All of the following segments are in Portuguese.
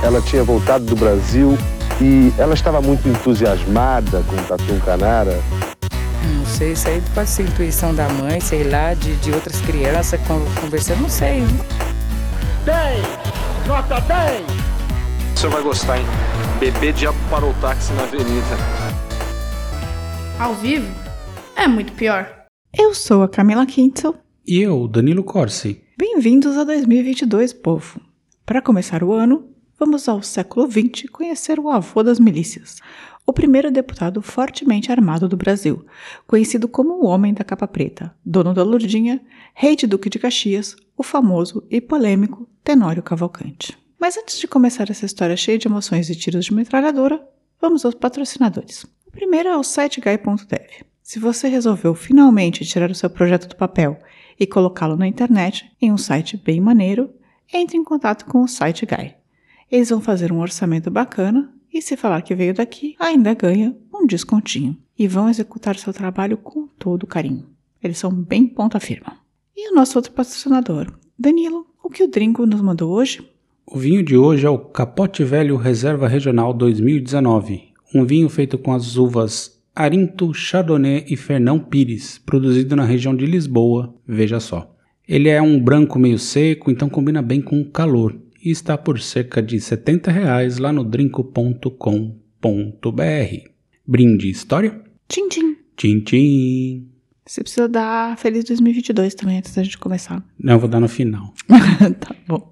ela tinha voltado do Brasil e ela estava muito entusiasmada com o Tatu Canara. Não sei, isso aí pode ser intuição da mãe, sei lá, de outras crianças conversando, não sei. 10! Nota 10! O senhor vai gostar, hein? Bebê diabo parou o táxi na avenida. Ao vivo? É muito pior. Eu sou a Camila Kintzel. E eu, Danilo Corsi. Bem-vindos a 2022, povo. Para começar o ano, vamos ao século XX conhecer o avô das milícias, o primeiro deputado fortemente armado do Brasil, conhecido como o Homem da Capa Preta, dono da Lourdinha, rei de Duque de Caxias, o famoso e polêmico Tenório Cavalcante. Mas antes de começar essa história cheia de emoções e tiros de metralhadora, vamos aos patrocinadores. O primeiro é o siteguy.dev. Se você resolveu finalmente tirar o seu projeto do papel e colocá-lo na internet, em um site bem maneiro, entre em contato com o SiteGuy. Eles vão fazer um orçamento bacana e, se falar que veio daqui, ainda ganha um descontinho. E vão executar seu trabalho com todo carinho. Eles são bem ponta firma. E o nosso outro patrocinador, Danilo, o que o Dringo nos mandou hoje? O vinho de hoje é o Capote Velho Reserva Regional 2019. Um vinho feito com as uvas Arinto, Chardonnay e Fernão Pires, produzido na região de Lisboa, veja só. Ele é um branco meio seco, então combina bem com o calor, e está por cerca de R$70 lá no drinco.com.br. Brinde história? Tchim, tchim. Tchim, tchim. Você precisa dar Feliz 2022 também antes da gente começar. Não, eu vou dar no final. Tá bom.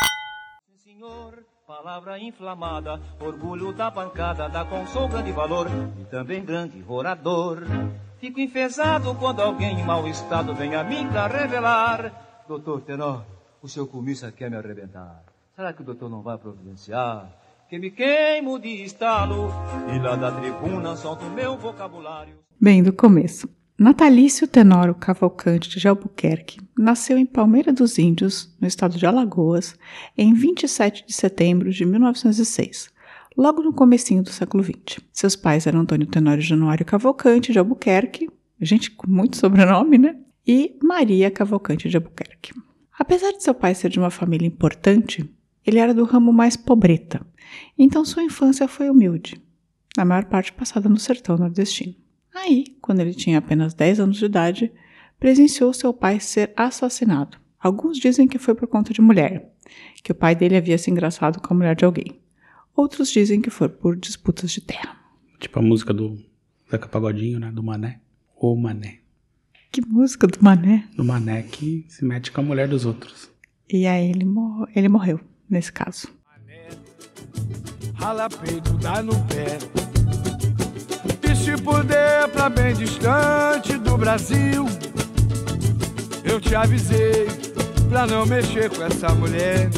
Palavra inflamada, orgulho da bancada, dá com som grande valor e também grande orador. Fico enfesado quando alguém em mau estado vem a mim pra revelar: doutor Tenor, o seu comício quer me arrebentar. Será que o doutor não vai providenciar? Que me queimo de estalo e lá da tribuna solto meu vocabulário. Bem, do começo. Natalício Tenório Cavalcante de Albuquerque nasceu em Palmeira dos Índios, no estado de Alagoas, em 27 de setembro de 1906, logo no comecinho do século XX. Seus pais eram Antônio Tenório Januário Cavalcante de Albuquerque, gente com muito sobrenome, né? E Maria Cavalcante de Albuquerque. Apesar de seu pai ser de uma família importante, ele era do ramo mais pobreta, então sua infância foi humilde, na maior parte passada no sertão nordestino. Aí, quando ele tinha apenas 10 anos de idade, presenciou seu pai ser assassinado. Alguns dizem que foi por conta de mulher, que o pai dele havia se engraçado com a mulher de alguém. Outros dizem que foi por disputas de terra. Tipo a música do Zeca Pagodinho, né? Do Mané. Ô Mané. Que música do Mané? Do Mané que se mete com a mulher dos outros. E aí ele morreu, nesse caso. Mané, rala peito, dá no pé. Se puder pra bem distante do Brasil, eu te avisei pra não mexer com essa mulher.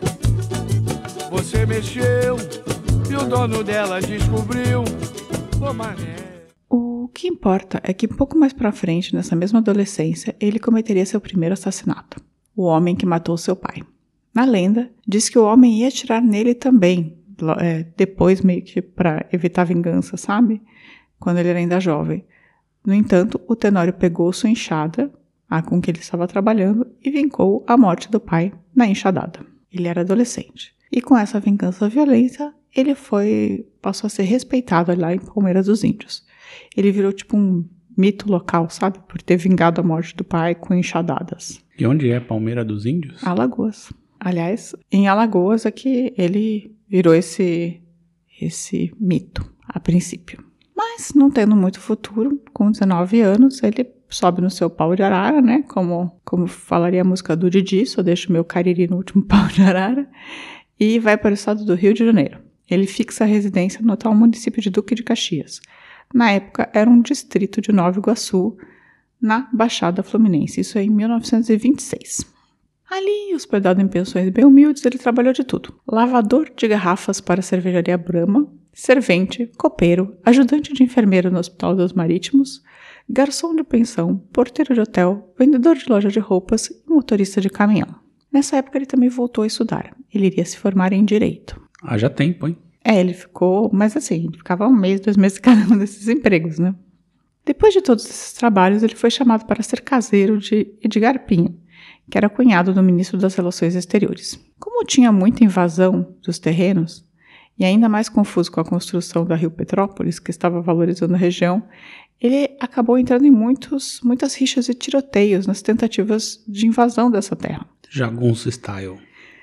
Você mexeu e o dono dela descobriu. Ô mané. O que importa é que pouco mais pra frente, nessa mesma adolescência, ele cometeria seu primeiro assassinato. O homem que matou seu pai. Na lenda, diz que o homem ia atirar nele também, depois meio que pra evitar vingança, sabe? Quando ele era ainda jovem. No entanto, o Tenório pegou sua enxada, a com que ele estava trabalhando, e vincou a morte do pai na enxadada. Ele era adolescente. E com essa vingança violenta, ele passou a ser respeitado lá em Palmeira dos Índios. Ele virou tipo um mito local, sabe? Por ter vingado a morte do pai com enxadadas. E onde é Palmeira dos Índios? Alagoas. Aliás, em Alagoas é que ele virou esse mito, a princípio. Mas, não tendo muito futuro, com 19 anos, ele sobe no seu pau de arara, né? Como falaria a música do Didi, só deixo meu cariri no último pau de arara, e vai para o estado do Rio de Janeiro. Ele fixa a residência no atual município de Duque de Caxias. Na época, era um distrito de Nova Iguaçu, na Baixada Fluminense, isso é em 1926. Ali, hospedado em pensões bem humildes, ele trabalhou de tudo. Lavador de garrafas para a cervejaria Brahma, servente, copeiro, ajudante de enfermeiro no Hospital dos Marítimos, garçom de pensão, porteiro de hotel, vendedor de loja de roupas e motorista de caminhão. Nessa época ele também voltou a estudar. Ele iria se formar em Direito. Haja tempo, hein? Ele ficou, mas assim, ele ficava 1 mês, 2 meses cada um desses empregos, né? Depois de todos esses trabalhos, ele foi chamado para ser caseiro de Edgar Pinho, que era cunhado do ministro das Relações Exteriores. Como tinha muita invasão dos terrenos, e ainda mais confuso com a construção da Rio Petrópolis, que estava valorizando a região, ele acabou entrando em muitas rixas e tiroteios nas tentativas de invasão dessa terra. Jagunço style.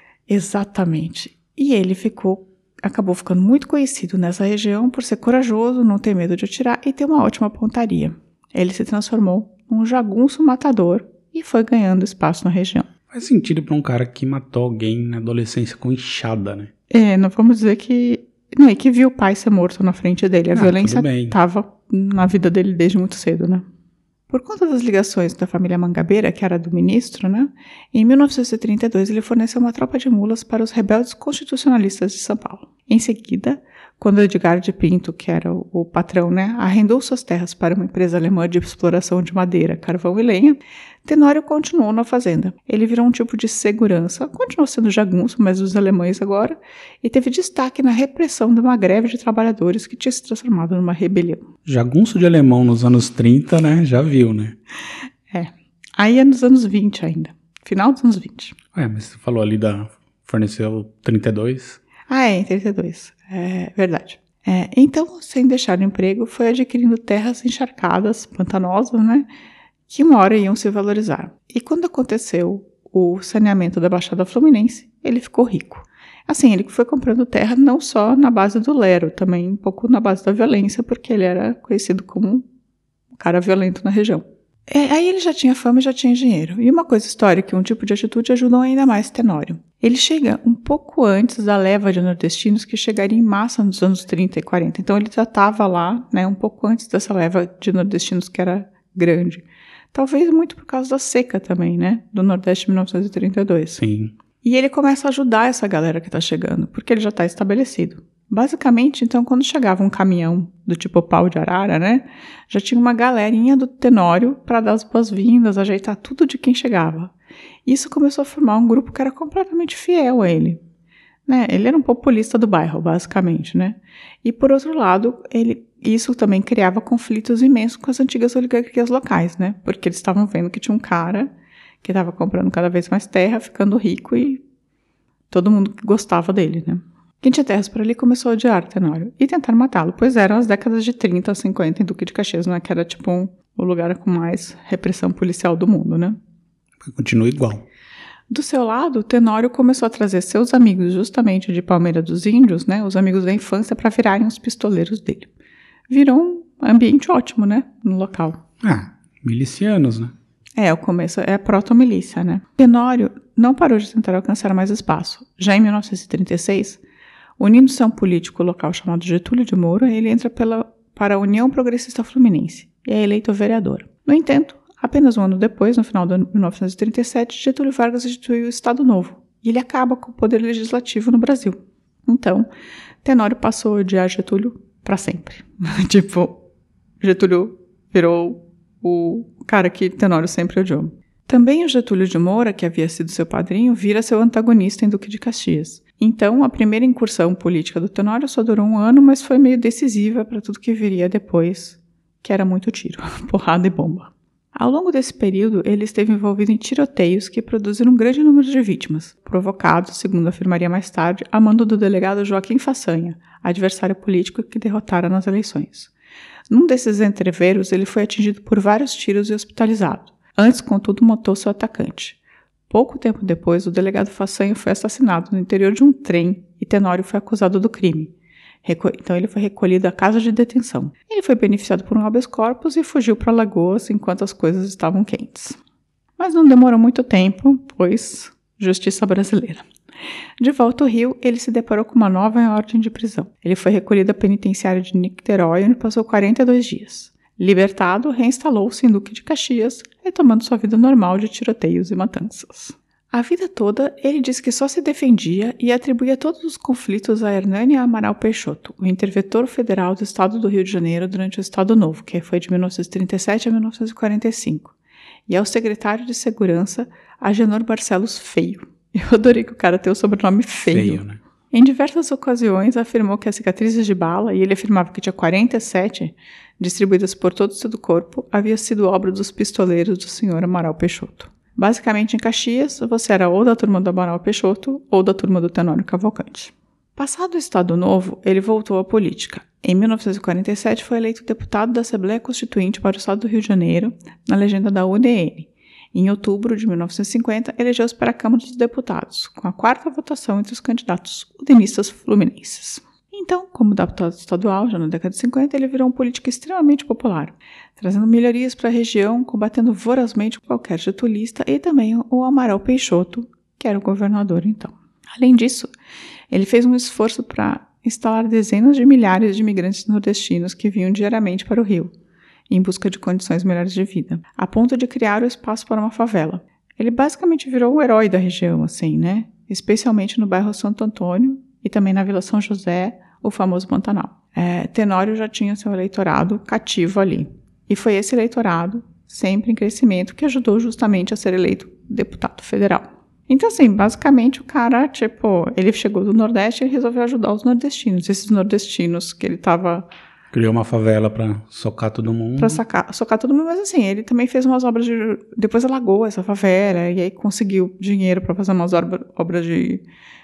Exatamente. E ele acabou ficando muito conhecido nessa região por ser corajoso, não ter medo de atirar e ter uma ótima pontaria. Ele se transformou num jagunço matador e foi ganhando espaço na região. Faz sentido para um cara que matou alguém na adolescência com enxada, né? Não vamos dizer que... Não, e que viu o pai ser morto na frente dele. A violência estava na vida dele desde muito cedo, né? Por conta das ligações da família Mangabeira, que era do ministro, né? Em 1932, ele forneceu uma tropa de mulas para os rebeldes constitucionalistas de São Paulo. Em seguida, quando Edgar de Pinto, que era o patrão, né, arrendou suas terras para uma empresa alemã de exploração de madeira, carvão e lenha, Tenório continuou na fazenda. Ele virou um tipo de segurança, continuou sendo jagunço, mas dos alemães agora, e teve destaque na repressão de uma greve de trabalhadores que tinha se transformado numa rebelião. Jagunço de alemão nos anos 30, né? Já viu, né? Aí é nos anos 20 ainda. Final dos anos 20. Mas você falou ali forneceu 32. Em 32. É verdade. Então, sem deixar o emprego, foi adquirindo terras encharcadas, pantanosas, né? Que uma hora iam se valorizar. E quando aconteceu o saneamento da Baixada Fluminense, ele ficou rico. Assim, ele foi comprando terra não só na base do lero, também um pouco na base da violência, porque ele era conhecido como um cara violento na região. Aí ele já tinha fama e já tinha dinheiro. E uma coisa histórica, um tipo de atitude ajudou ainda mais Tenório. Ele chega um pouco antes da leva de nordestinos que chegaria em massa nos anos 30 e 40. Então ele já estava lá, né, um pouco antes dessa leva de nordestinos que era grande. Talvez muito por causa da seca também, né, do Nordeste de 1932. Sim. E ele começa a ajudar essa galera que está chegando, porque ele já está estabelecido. Basicamente, então, quando chegava um caminhão do tipo pau de arara, né, já tinha uma galerinha do Tenório para dar as boas-vindas, ajeitar tudo de quem chegava. Isso começou a formar um grupo que era completamente fiel a ele. Né? Ele era um populista do bairro, basicamente, né? E, por outro lado, isso também criava conflitos imensos com as antigas oligarquias locais, né? Porque eles estavam vendo que tinha um cara que estava comprando cada vez mais terra, ficando rico e todo mundo gostava dele, né? Quem tinha terras por ali começou a odiar Tenório e tentar matá-lo, pois eram as décadas de 30 a 50 em Duque de Caxias, né? Que era tipo o lugar com mais repressão policial do mundo, né? Continua igual. Do seu lado, Tenório começou a trazer seus amigos justamente de Palmeira dos Índios, né? Os amigos da infância, para virarem os pistoleiros dele. Virou um ambiente ótimo, né? No local. Milicianos, né? O começo é a proto-milícia, né? Tenório não parou de tentar alcançar mais espaço. Já em 1936, unindo-se a um político local chamado Getúlio de Moura, ele entra para a União Progressista Fluminense e é eleito vereador. No entanto, apenas um ano depois, no final de 1937, Getúlio Vargas instituiu o Estado Novo e ele acaba com o poder legislativo no Brasil. Então, Tenório passou a odiar Getúlio para sempre. Getúlio virou o cara que Tenório sempre odiou. Também o Getúlio de Moura, que havia sido seu padrinho, vira seu antagonista em Duque de Caxias. Então, a primeira incursão política do Tenório só durou um ano, mas foi meio decisiva para tudo que viria depois, que era muito tiro, porrada e bomba. Ao longo desse período, ele esteve envolvido em tiroteios que produziram um grande número de vítimas, provocados, segundo afirmaria mais tarde, a mando do delegado Joaquim Façanha, adversário político que derrotara nas eleições. Num desses entreveros, ele foi atingido por vários tiros e hospitalizado. Antes, contudo, matou seu atacante. Pouco tempo depois, o delegado Façanha foi assassinado no interior de um trem e Tenório foi acusado do crime. Então ele foi recolhido à casa de detenção. Ele foi beneficiado por um habeas corpus e fugiu para Alagoas enquanto as coisas estavam quentes. Mas não demorou muito tempo, pois justiça brasileira. De volta ao Rio, ele se deparou com uma nova ordem de prisão. Ele foi recolhido à penitenciária de Niterói, onde passou 42 dias. Libertado, reinstalou-se em Duque de Caxias, retomando sua vida normal de tiroteios e matanças. A vida toda, ele disse que só se defendia e atribuía todos os conflitos a Hernani Amaral Peixoto, o interventor federal do estado do Rio de Janeiro durante o Estado Novo, que foi de 1937 a 1945, e ao secretário de Segurança, Agenor Barcelos Feio. Eu adorei que o cara tenha o sobrenome Feio. Né? Em diversas ocasiões, afirmou que as cicatrizes de bala, e ele afirmava que tinha 47, distribuídas por todo o seu corpo, havia sido obra dos pistoleiros do senhor Amaral Peixoto. Basicamente, em Caxias, você era ou da turma do Amaral Peixoto ou da turma do Tenório Cavalcante. Passado o Estado Novo, ele voltou à política. Em 1947, foi eleito deputado da Assembleia Constituinte para o Estado do Rio de Janeiro, na legenda da UDN. Em outubro de 1950, elegeu-se para a Câmara dos Deputados, com a 4ª votação entre os candidatos udenistas fluminenses. Então, como deputado estadual, já na década de 50, ele virou um político extremamente popular, trazendo melhorias para a região, combatendo vorazmente qualquer getulista e também o Amaral Peixoto, que era o governador então. Além disso, ele fez um esforço para instalar dezenas de milhares de imigrantes nordestinos que vinham diariamente para o Rio, em busca de condições melhores de vida, a ponto de criar o espaço para uma favela. Ele basicamente virou o herói da região, assim, né? Especialmente no bairro Santo Antônio e também na Vila São José, o famoso Pantanal. Tenório já tinha seu eleitorado cativo ali. E foi esse eleitorado, sempre em crescimento, que ajudou justamente a ser eleito deputado federal. Então, assim, basicamente o cara, ele chegou do Nordeste e resolveu ajudar os nordestinos. Esses nordestinos que ele tava... Criou uma favela pra socar todo mundo. Pra socar todo mundo, mas assim, ele também fez umas obras de... Depois alagou essa favela e aí conseguiu dinheiro pra fazer umas obras de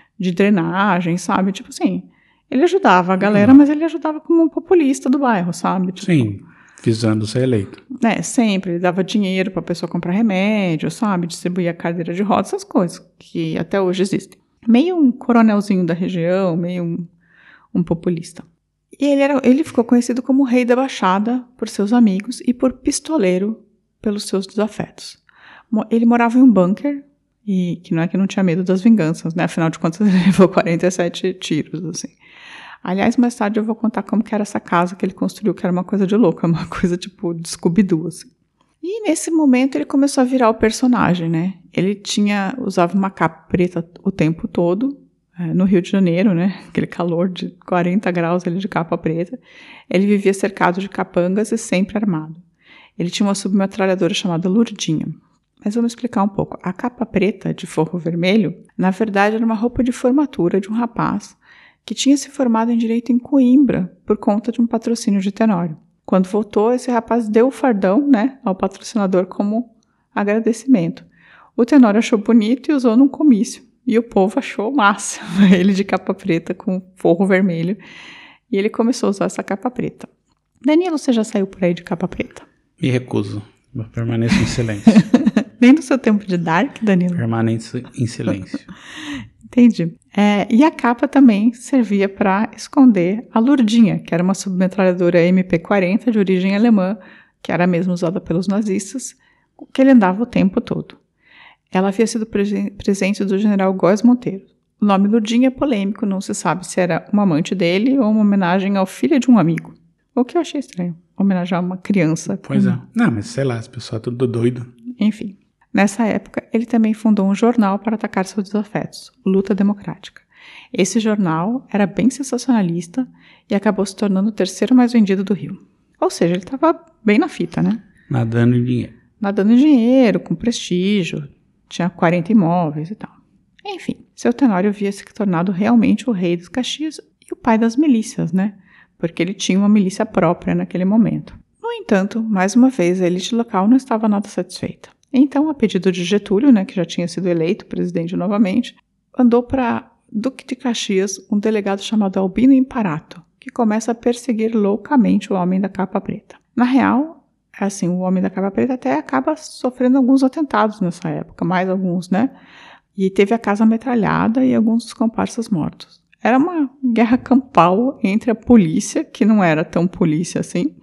drenagem, sabe? Tipo assim, ele ajudava a galera, mas ele ajudava como um populista do bairro, sabe? Tipo, sim, visando ser eleito. Sempre. Ele dava dinheiro pra pessoa comprar remédio, sabe? Distribuía a cadeira de rodas, essas coisas que até hoje existem. Meio um coronelzinho da região, meio um populista. E ele ficou conhecido como o rei da Baixada por seus amigos e por pistoleiro pelos seus desafetos. Ele morava em um bunker, e que não é que não tinha medo das vinganças, né? Afinal de contas, ele levou 47 tiros, assim. Aliás, mais tarde eu vou contar como que era essa casa que ele construiu, que era uma coisa de louco, uma coisa tipo de Scooby-Doo, assim. E nesse momento ele começou a virar o personagem, né? Ele usava uma capa preta o tempo todo, no Rio de Janeiro, né? Aquele calor de 40 graus ali de capa preta. Ele vivia cercado de capangas e sempre armado. Ele tinha uma submetralhadora chamada Lurdinha. Mas vamos explicar um pouco. A capa preta de forro vermelho, na verdade, era uma roupa de formatura de um rapaz que tinha se formado em Direito em Coimbra por conta de um patrocínio de Tenório. Quando voltou, esse rapaz deu o fardão, né, ao patrocinador como agradecimento. O Tenório achou bonito e usou num comício. E o povo achou massa ele de capa preta com forro vermelho. E ele começou a usar essa capa preta. Danilo, você já saiu por aí de capa preta? Me recuso. Eu permaneço em silêncio. Nem no seu tempo de Dark, Danilo? Permaneço em silêncio. Entendi. E a capa também servia para esconder a Lurdinha, que era uma submetralhadora MP-40 de origem alemã, que era mesmo usada pelos nazistas, que ele andava o tempo todo. Ela havia sido presente do general Góes Monteiro. O nome Lurdinha é polêmico, não se sabe se era uma amante dele ou uma homenagem ao filho de um amigo. O que eu achei estranho, homenagear uma criança. Pois é. Não, mas sei lá, esse pessoal é tudo doido. Enfim, nessa época, ele também fundou um jornal para atacar seus desafetos, Luta Democrática. Esse jornal era bem sensacionalista e acabou se tornando o terceiro mais vendido do Rio. Ou seja, ele estava bem na fita, né? Nadando em dinheiro. Nadando em dinheiro, com prestígio, tinha 40 imóveis e tal. Enfim, seu Tenório havia se tornado realmente o rei dos Caxias e o pai das milícias, né? Porque ele tinha uma milícia própria naquele momento. No entanto, mais uma vez, a elite local não estava nada satisfeita. Então, a pedido de Getúlio, né, que já tinha sido eleito presidente novamente, mandou para Duque de Caxias um delegado chamado Albino Imparato, que começa a perseguir loucamente o homem da capa preta. Na real, assim, o homem da capa preta até acaba sofrendo alguns atentados nessa época, mais alguns, né? E teve a casa metralhada e alguns dos comparsas mortos. Era uma guerra campal entre a polícia, que não era tão polícia assim,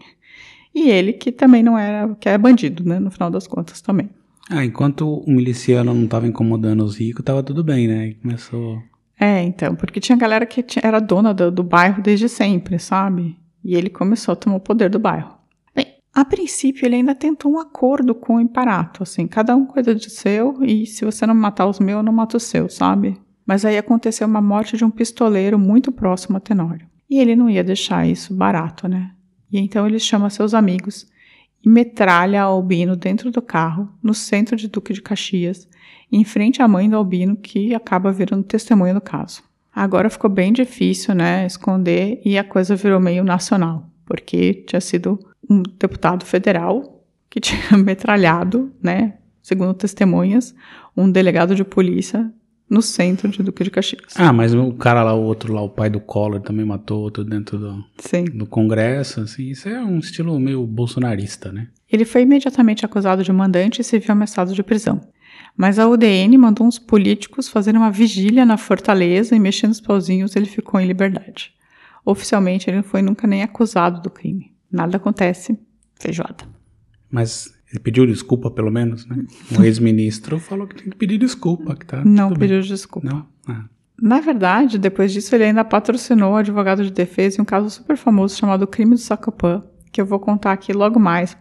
e ele, que também não era, que é bandido, né? No final das contas também. Enquanto o miliciano não estava incomodando os ricos, estava tudo bem, né? E começou... então, porque tinha galera que era dona do bairro desde sempre, sabe? E ele começou a tomar o poder do bairro. Bem, a princípio ele ainda tentou um acordo com o Imparato, assim, cada um cuida do seu e se você não matar os meus, eu não mato os seus, sabe? Mas aí aconteceu uma morte de um pistoleiro muito próximo a Tenório. E ele não ia deixar isso barato, né? E então ele chama seus amigos e metralha Albino dentro do carro, no centro de Duque de Caxias, em frente à mãe do Albino, que acaba virando testemunha do caso. Agora ficou bem difícil, né, esconder, e a coisa virou meio nacional, porque tinha sido um deputado federal que tinha metralhado, né, segundo testemunhas, um delegado de polícia no centro de Duque de Caxias. Ah, mas o cara lá, o outro lá, o pai do Collor, também matou outro dentro do Congresso, assim, isso é um estilo meio bolsonarista, né? Ele foi imediatamente acusado de mandante e se viu ameaçado de prisão. Mas a UDN mandou uns políticos fazerem uma vigília na fortaleza e mexendo os pauzinhos ele ficou em liberdade. Oficialmente ele não foi nunca nem acusado do crime. Nada acontece, feijoada. Mas ele pediu desculpa pelo menos, né? Um ex-ministro falou que tem que pedir desculpa. Que tá não pediu desculpa. Não? Ah. Na verdade, depois disso ele ainda patrocinou o advogado de defesa em um caso super famoso chamado Crime do Sacopã, que eu vou contar aqui logo mais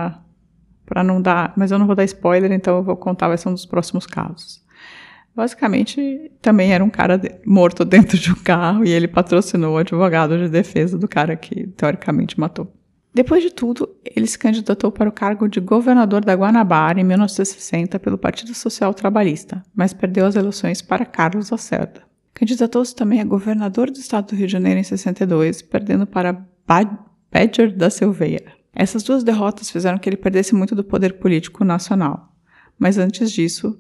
para não dar, mas eu não vou dar spoiler, então eu vou contar, vai ser um dos próximos casos. Basicamente, também era um cara morto dentro de um carro e ele patrocinou o advogado de defesa do cara que teoricamente matou. Depois de tudo, ele se candidatou para o cargo de governador da Guanabara em 1960 pelo Partido Social Trabalhista, mas perdeu as eleições para Carlos Lacerda. Candidatou-se também a governador do estado do Rio de Janeiro em 62, perdendo para Badger da Silveira. Essas duas derrotas fizeram que ele perdesse muito do poder político nacional. Mas antes disso,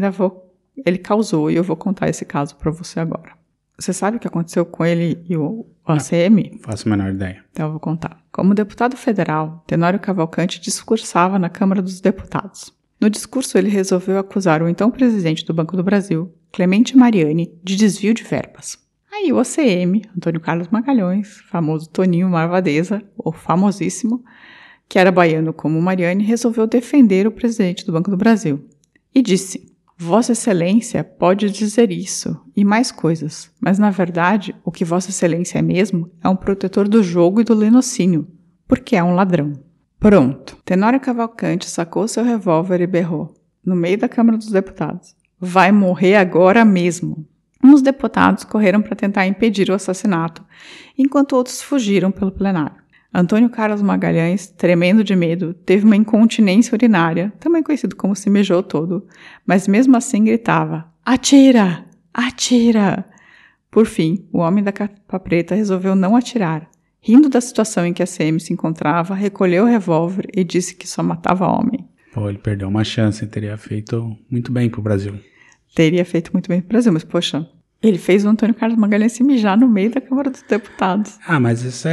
ele causou, e eu vou contar esse caso para você agora. Você sabe o que aconteceu com ele e o ACM? Não faço a menor ideia. Então eu vou contar. Como deputado federal, Tenório Cavalcante discursava na Câmara dos Deputados. No discurso, ele resolveu acusar o então presidente do Banco do Brasil, Clemente Mariani, de desvio de verbas. Aí o ACM, Antônio Carlos Magalhães, famoso Toninho Marvadeza, o famosíssimo, que era baiano como Mariani, resolveu defender o presidente do Banco do Brasil. E disse: Vossa Excelência pode dizer isso e mais coisas, mas na verdade o que Vossa Excelência é mesmo é um protetor do jogo e do lenocínio, porque é um ladrão. Pronto. Tenório Cavalcante sacou seu revólver e berrou, no meio da Câmara dos Deputados: Vai morrer agora mesmo. Uns deputados correram para tentar impedir o assassinato, enquanto outros fugiram pelo plenário. Antônio Carlos Magalhães, tremendo de medo, teve uma incontinência urinária, também conhecido como se mijou todo, mas mesmo assim gritava: Atira! Atira! Por fim, o homem da capa preta resolveu não atirar. Rindo da situação em que a CM se encontrava, recolheu o revólver e disse que só matava homem. Pô, ele perdeu uma chance, teria feito muito bem pro Brasil. Teria feito muito bem pro Brasil, mas poxa, ele fez o Antônio Carlos Magalhães se mijar no meio da Câmara dos Deputados. Ah, mas isso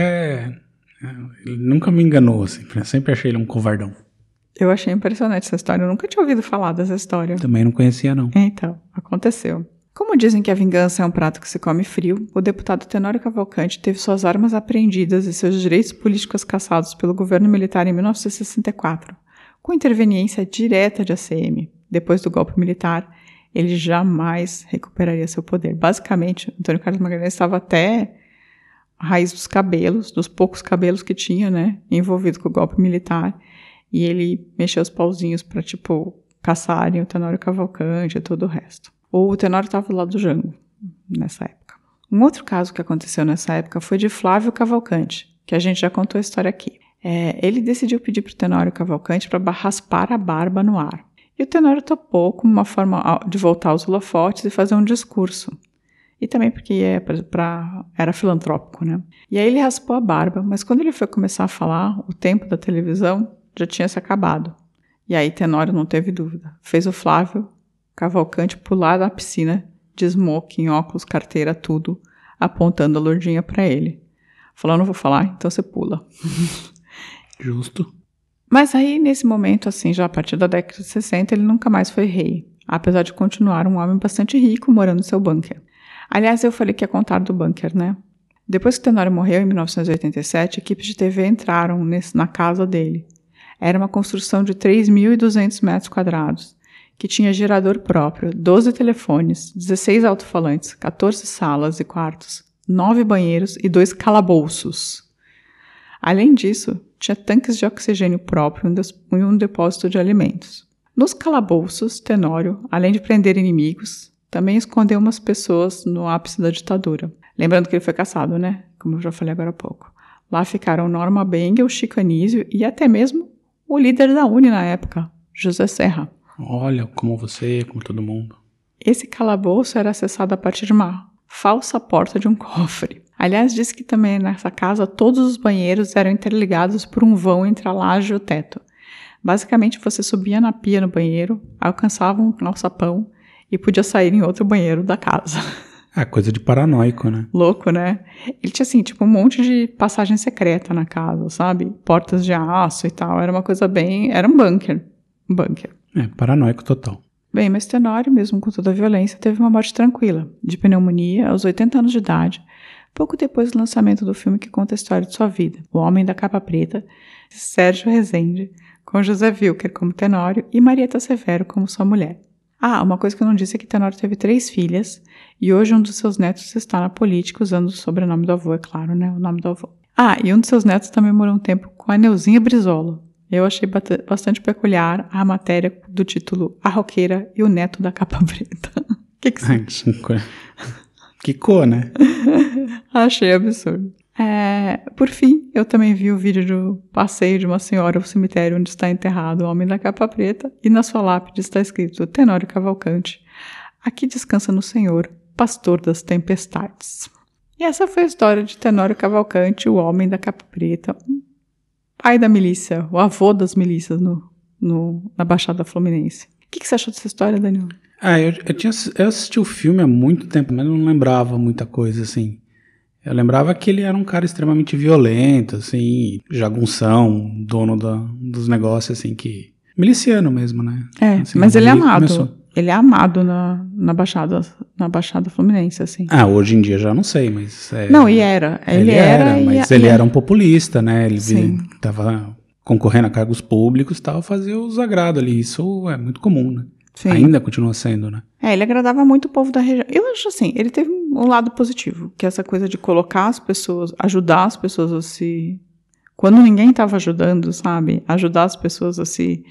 ele nunca me enganou, assim. Eu sempre achei ele um covardão. Eu achei impressionante essa história. Eu nunca tinha ouvido falar dessa história. Também não conhecia, não. Então, aconteceu. Como dizem que a vingança é um prato que se come frio, o deputado Tenório Cavalcante teve suas armas apreendidas e seus direitos políticos cassados pelo governo militar em 1964, com interveniência direta de ACM. Depois do golpe militar, ele jamais recuperaria seu poder. Basicamente, Antônio Carlos Magalhães estava até a raiz dos cabelos, dos poucos cabelos que tinha, né, envolvido com o golpe militar, e ele mexeu os pauzinhos para, caçarem o Tenório Cavalcante e todo o resto. O Tenório estava do lado do Jango, nessa época. Um outro caso que aconteceu nessa época foi de Flávio Cavalcante, que a gente já contou a história aqui. Ele decidiu pedir para o Tenório Cavalcante para raspar a barba no ar. E o Tenório topou como uma forma de voltar aos holofotes e fazer um discurso. E também porque era filantrópico, né? E aí ele raspou a barba, mas quando ele foi começar a falar, o tempo da televisão já tinha se acabado. E aí Tenório não teve dúvida. Fez o Flávio Cavalcante pular da piscina, de smoking, óculos, carteira, tudo, apontando a lourdinha pra ele. Falou: não vou falar, então você pula. Justo. Mas aí, nesse momento, assim, já a partir da década de 60, ele nunca mais foi rei, apesar de continuar um homem bastante rico morando no seu bunker. Aliás, eu falei que ia contar do bunker, né? Depois que o Tenório morreu, em 1987, equipes de TV entraram na casa dele. Era uma construção de 3.200 metros quadrados, que tinha gerador próprio, 12 telefones, 16 alto-falantes, 14 salas e quartos, 9 banheiros e 2 calabouços. Além disso, tinha tanques de oxigênio próprio e um depósito de alimentos. Nos calabouços, Tenório, além de prender inimigos, também escondeu umas pessoas no ápice da ditadura. Lembrando que ele foi caçado, né? Como eu já falei agora há pouco. Lá ficaram Norma Bengel, Chico Anísio e até mesmo o líder da UNE na época, José Serra. Olha, como todo mundo. Esse calabouço era acessado a partir de uma falsa porta de um cofre. Aliás, diz que também nessa casa todos os banheiros eram interligados por um vão entre a laje e o teto. Basicamente, você subia na pia no banheiro, alcançava um alçapão e podia sair em outro banheiro da casa. Coisa de paranoico, né? Louco, né? Ele tinha, assim, tipo, um monte de passagem secreta na casa, sabe? Portas de aço e tal. Era uma coisa bem... Era um bunker. Um bunker. Paranoico total. Bem, mas Tenório, mesmo com toda a violência, teve uma morte tranquila, de pneumonia, aos 80 anos de idade, pouco depois do lançamento do filme que conta a história de sua vida, O Homem da Capa Preta, de Sérgio Rezende, com José Wilker como Tenório e Marieta Severo como sua mulher. Uma coisa que eu não disse é que Tenório teve 3 filhas, e hoje um dos seus netos está na política, usando o sobrenome do avô, é claro, né? O nome do avô. E um dos seus netos também morou um tempo com a Neuzinha Brizola. Eu achei bastante peculiar a matéria do título A Roqueira e o Neto da Capa Preta. O que você acha? Que cor, né? Achei absurdo. Por fim, eu também vi o vídeo do passeio de uma senhora ao cemitério onde está enterrado o Homem da Capa Preta e na sua lápide está escrito Tenório Cavalcante. Aqui descansa no Senhor, pastor das tempestades. E essa foi a história de Tenório Cavalcante, o Homem da Capa Preta, pai da milícia, o avô das milícias na Baixada Fluminense. O que você achou dessa história, Daniel? Eu assisti o filme há muito tempo, mas não lembrava muita coisa, assim. Eu lembrava que ele era um cara extremamente violento, assim, jagunção, dono dos negócios, assim, que... miliciano mesmo, né? Assim, mas ele é amado. Começou. Ele é amado na Baixada Fluminense, assim. Hoje em dia já não sei, mas... Não, e era. Ele era, mas ele era um populista, né? Ele estava concorrendo a cargos públicos e tal, fazia os agrados ali. Isso é muito comum, né? Sim. Ainda continua sendo, né? Ele agradava muito o povo da região. Eu acho assim, ele teve um lado positivo, que é essa coisa de colocar as pessoas, ajudar as pessoas a se... Quando ninguém estava ajudando, sabe? Ajudar as pessoas a se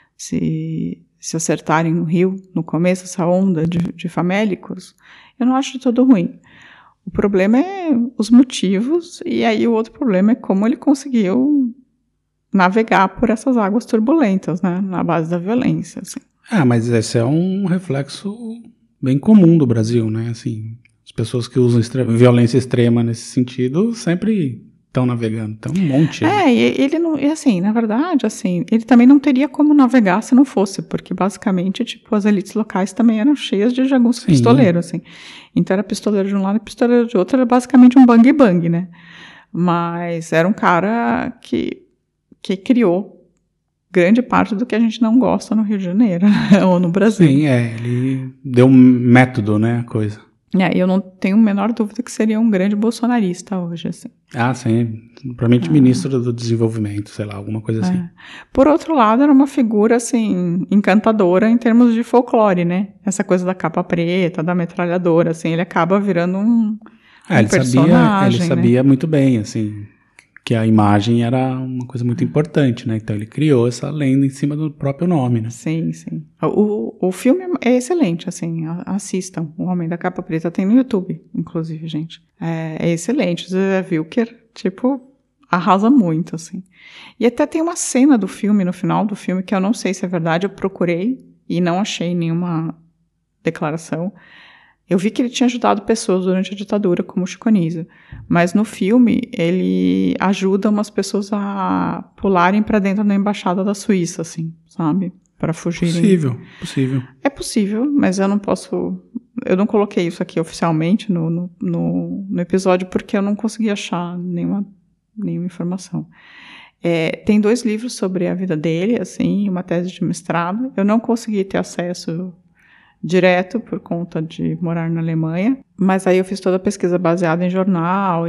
acertarem no Rio, no começo, essa onda de famélicos, eu não acho de todo ruim. O problema é os motivos, e aí o outro problema é como ele conseguiu navegar por essas águas turbulentas, né? Na base da violência, assim. Mas esse é um reflexo bem comum do Brasil, né? Assim, as pessoas que usam violência extrema nesse sentido sempre estão navegando, tem um monte. E ele não, e assim, na verdade, assim, ele também não teria como navegar se não fosse, porque basicamente, tipo, as elites locais também eram cheias de jagunços pistoleiros, assim. Então era pistoleiro de um lado e pistoleiro de outro, era basicamente um bang-bang, né? Mas era um cara que criou grande parte do que a gente não gosta no Rio de Janeiro, ou no Brasil. Sim, ele deu um método, né, a coisa. Eu não tenho a menor dúvida que seria um grande bolsonarista hoje, assim. Sim, provavelmente ministro do desenvolvimento, sei lá, alguma coisa assim. Por outro lado, era uma figura, assim, encantadora em termos de folclore, né? Essa coisa da capa preta, da metralhadora, assim, ele acaba virando um personagem, ele sabia muito bem, assim... que a imagem era uma coisa muito importante, né? Então ele criou essa lenda em cima do próprio nome, né? Sim. O filme é excelente, assim, assistam. O Homem da Capa Preta tem no YouTube, inclusive, gente. É excelente. O José Wilker, tipo, arrasa muito, assim. E até tem uma cena do filme, no final do filme, que eu não sei se é verdade, eu procurei e não achei nenhuma declaração. Eu vi que ele tinha ajudado pessoas durante a ditadura, como Chico Anísio, mas no filme ele ajuda umas pessoas a pularem para dentro da embaixada da Suíça, assim, sabe? Para fugirem. Possível. É possível, mas eu não coloquei isso aqui oficialmente no episódio porque eu não consegui achar nenhuma informação. Tem 2 livros sobre a vida dele, assim, uma tese de mestrado. Eu não consegui ter acesso direto por conta de morar na Alemanha, mas aí eu fiz toda a pesquisa baseada em jornal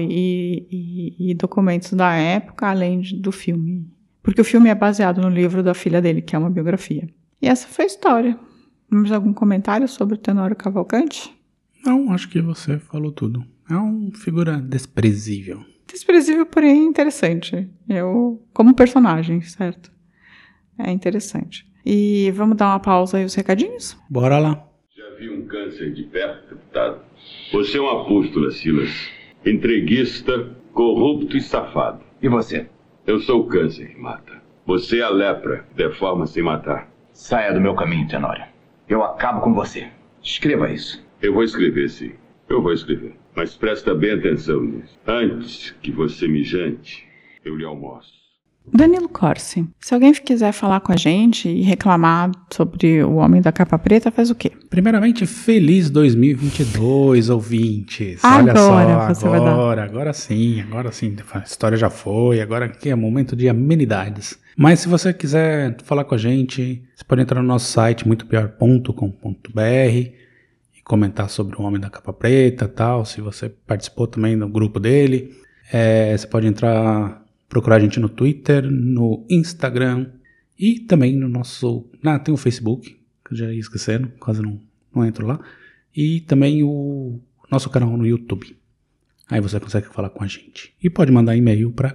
e documentos da época, além do filme, porque o filme é baseado no livro da filha dele, que é uma biografia. E essa foi a história. Temos algum comentário sobre o Tenório Cavalcante? Não, acho que você falou tudo. É uma figura desprezível. Desprezível, porém interessante. Como personagem, certo? É interessante. E vamos dar uma pausa aí os recadinhos? Bora lá. Já vi um câncer de perto, deputado? Você é um apóstolo, Silas. Entreguista, corrupto e safado. E você? Eu sou o câncer que mata. Você é a lepra, deforma sem matar. Saia do meu caminho, Tenório. Eu acabo com você. Escreva isso. Eu vou escrever, sim. Eu vou escrever. Mas presta bem atenção nisso. Antes que você me jante, eu lhe almoço. Danilo Corsi, se alguém quiser falar com a gente e reclamar sobre o Homem da Capa Preta, faz o quê? Primeiramente, feliz 2022, ouvintes. Olha só, agora sim. A história já foi, agora aqui é momento de amenidades. Mas se você quiser falar com a gente, você pode entrar no nosso site muitopior.com.br e comentar sobre o Homem da Capa Preta e tal, se você participou também do grupo dele. Você pode procurar a gente no Twitter, no Instagram e também no nosso... tem o Facebook, que eu já ia esquecendo, quase não entro lá. E também o nosso canal no YouTube. Aí você consegue falar com a gente. E pode mandar e-mail para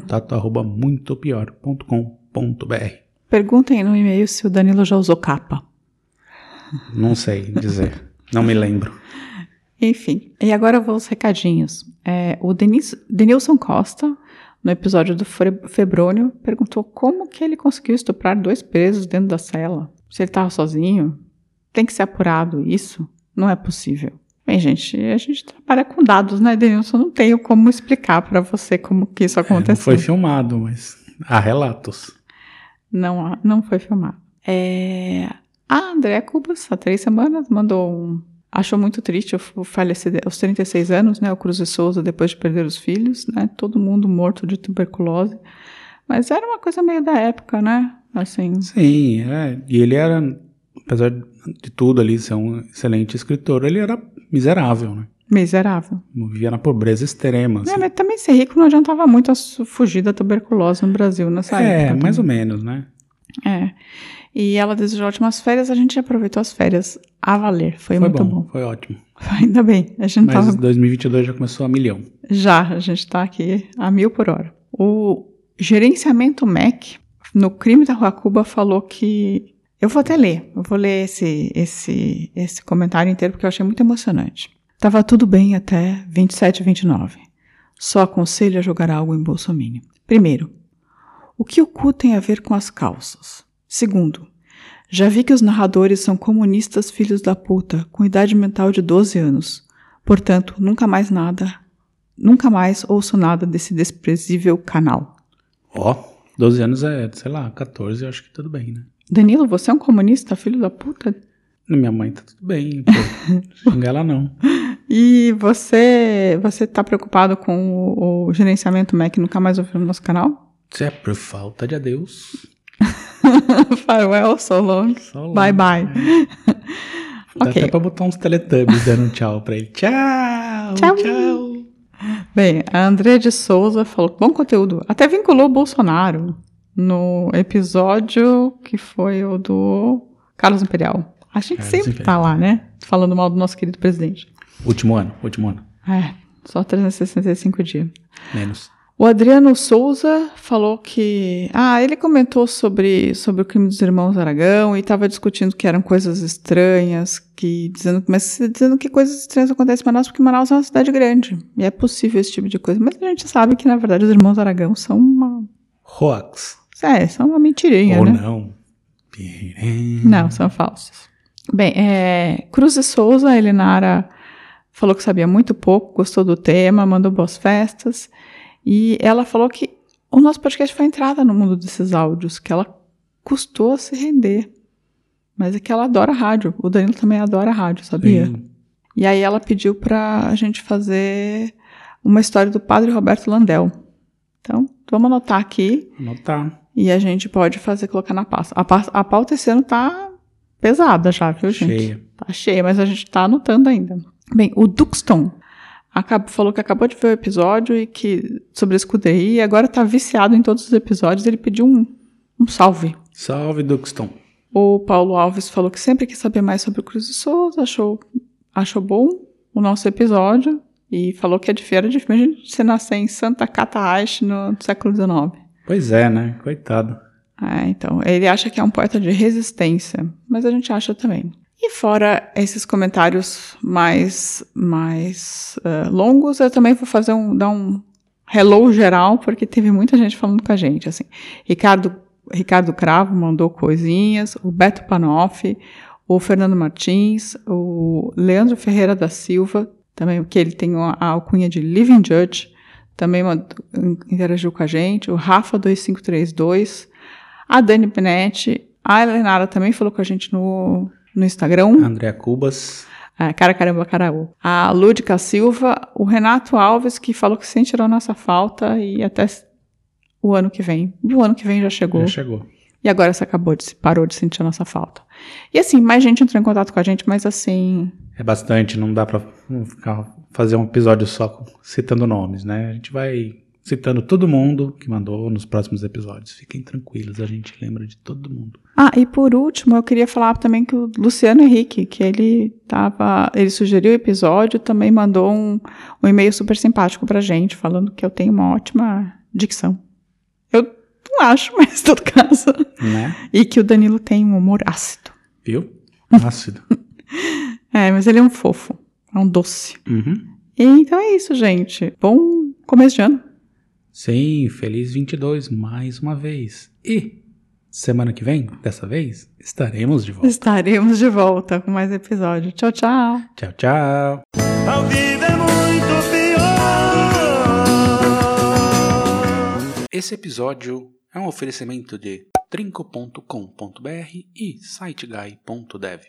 contato@muitopior.com.br. Perguntem no e-mail se o Danilo já usou capa. Não sei dizer, não me lembro. Enfim, e agora eu vou aos recadinhos. O Denilson Costa, no episódio do Febrônio, perguntou como que ele conseguiu estuprar 2 presos dentro da cela. Se ele estava sozinho, tem que ser apurado isso? Não é possível. Bem, gente, a gente trabalha com dados, né, Denilson? Não tenho como explicar para você como que isso aconteceu. Não foi filmado, mas há relatos. Não foi filmado. A Andréa Cubas, há 3 semanas, mandou achou muito triste o falecer aos 36 anos, né? O Cruz de Souza, depois de perder os filhos, né? Todo mundo morto de tuberculose. Mas era uma coisa meio da época, né? Assim. Sim, e ele era, apesar de tudo ali ser um excelente escritor, ele era miserável, né? Miserável. Vivia na pobreza extrema. Assim. Mas também ser rico não adiantava muito fugir da tuberculose no Brasil nessa época. Mais ou menos, né? E ela desejou ótimas férias, a gente aproveitou as férias a valer. Foi muito bom. Foi ótimo. Ainda bem. Mas 2022 já começou a milhão. A gente tá aqui a 1000 por hora. O gerenciamento MEC, no Crime da Rua Cuba, falou que... Eu vou ler esse comentário inteiro, porque eu achei muito emocionante. Tava tudo bem até 27 e 29. Só aconselho a jogar algo em bolsominion. Primeiro, o que o cu tem a ver com as calças? Segundo, já vi que os narradores são comunistas filhos da puta, com idade mental de 12 anos. Portanto, nunca mais ouço nada desse desprezível canal. 12 anos 14, eu acho que tudo bem, né? Danilo, você é um comunista filho da puta? Minha mãe tá tudo bem, xingar ela não. E você tá preocupado com o gerenciamento MEC nunca mais ouvir no nosso canal? Isso é por falta de adeus. Farewell, so long. Bye bye. Dá até pra botar uns Teletubbies dando tchau pra ele. Tchau. Bem, a André de Souza falou, bom conteúdo. Até vinculou o Bolsonaro no episódio que foi o do Carlos Imperial. A gente sempre tá lá, né? Falando mal do nosso querido presidente. Último ano. Só 365 dias. Menos. O Adriano Souza falou que... ele comentou sobre o crime dos irmãos Aragão e estava discutindo que eram coisas estranhas, dizendo que coisas estranhas acontecem em Manaus, porque Manaus é uma cidade grande. E é possível esse tipo de coisa. Mas a gente sabe que, na verdade, os irmãos Aragão são uma... Hoax. São uma mentirinha, Ou né? não. Não, são falsos. Bem, Cruz de Souza, a Elinara falou que sabia muito pouco, gostou do tema, mandou boas festas... E ela falou que o nosso podcast foi a entrada no mundo desses áudios, que ela custou a se render. Mas é que ela adora rádio. O Danilo também adora rádio, sabia? Sim. E aí ela pediu pra gente fazer uma história do Padre Roberto Landel. Então, vamos anotar aqui. E a gente pode colocar na pasta. A pauta esse ano tá pesada já, viu, gente? Cheia. Tá cheia, mas a gente tá anotando ainda. Bem, o Duxton falou que acabou de ver o episódio e que sobre a escuderia e agora tá viciado em todos os episódios. Ele pediu um salve. Salve, Duxton. O Paulo Alves falou que sempre quis saber mais sobre o Cruz de Souza, achou bom o nosso episódio e falou que era difícil a gente nascer em Santa Catarina no século XIX. Pois é, né? Coitado. Então, ele acha que é um poeta de resistência, mas a gente acha também. E fora esses comentários mais longos, eu também vou dar um hello geral, porque teve muita gente falando com a gente, assim. Ricardo Cravo mandou coisinhas, o Beto Panoff, o Fernando Martins, o Leandro Ferreira da Silva, também, que ele tem a alcunha de Living Judge, também interagiu com a gente, o Rafa2532, a Dani Benetti, a Helenara também falou com a gente no Instagram. Andréa Cubas. Caramba, Caraú. A Lúdica Silva, o Renato Alves, que falou que sentirá nossa falta e até o ano que vem. E o ano que vem já chegou. Já chegou. E agora você parou de sentir a nossa falta. E assim, mais gente entrou em contato com a gente, mas assim... É bastante, não dá pra fazer um episódio só citando nomes, né? A gente vai citando todo mundo que mandou nos próximos episódios. Fiquem tranquilos, a gente lembra de todo mundo. E por último, eu queria falar também que o Luciano Henrique, que ele sugeriu o episódio, também mandou um e-mail super simpático pra gente, falando que eu tenho uma ótima dicção. Eu não acho, mas em todo caso. Né? E que o Danilo tem um humor ácido. Viu? Ácido. Mas ele é um fofo. É um doce. Uhum. E então é isso, gente. Bom começo de ano. Sim, feliz 22 mais uma vez. E semana que vem, dessa vez, estaremos de volta. Estaremos de volta com mais episódio. Tchau, tchau. Tchau, tchau. A vida é muito pior. Esse episódio é um oferecimento de trinco.com.br e siteguy.dev.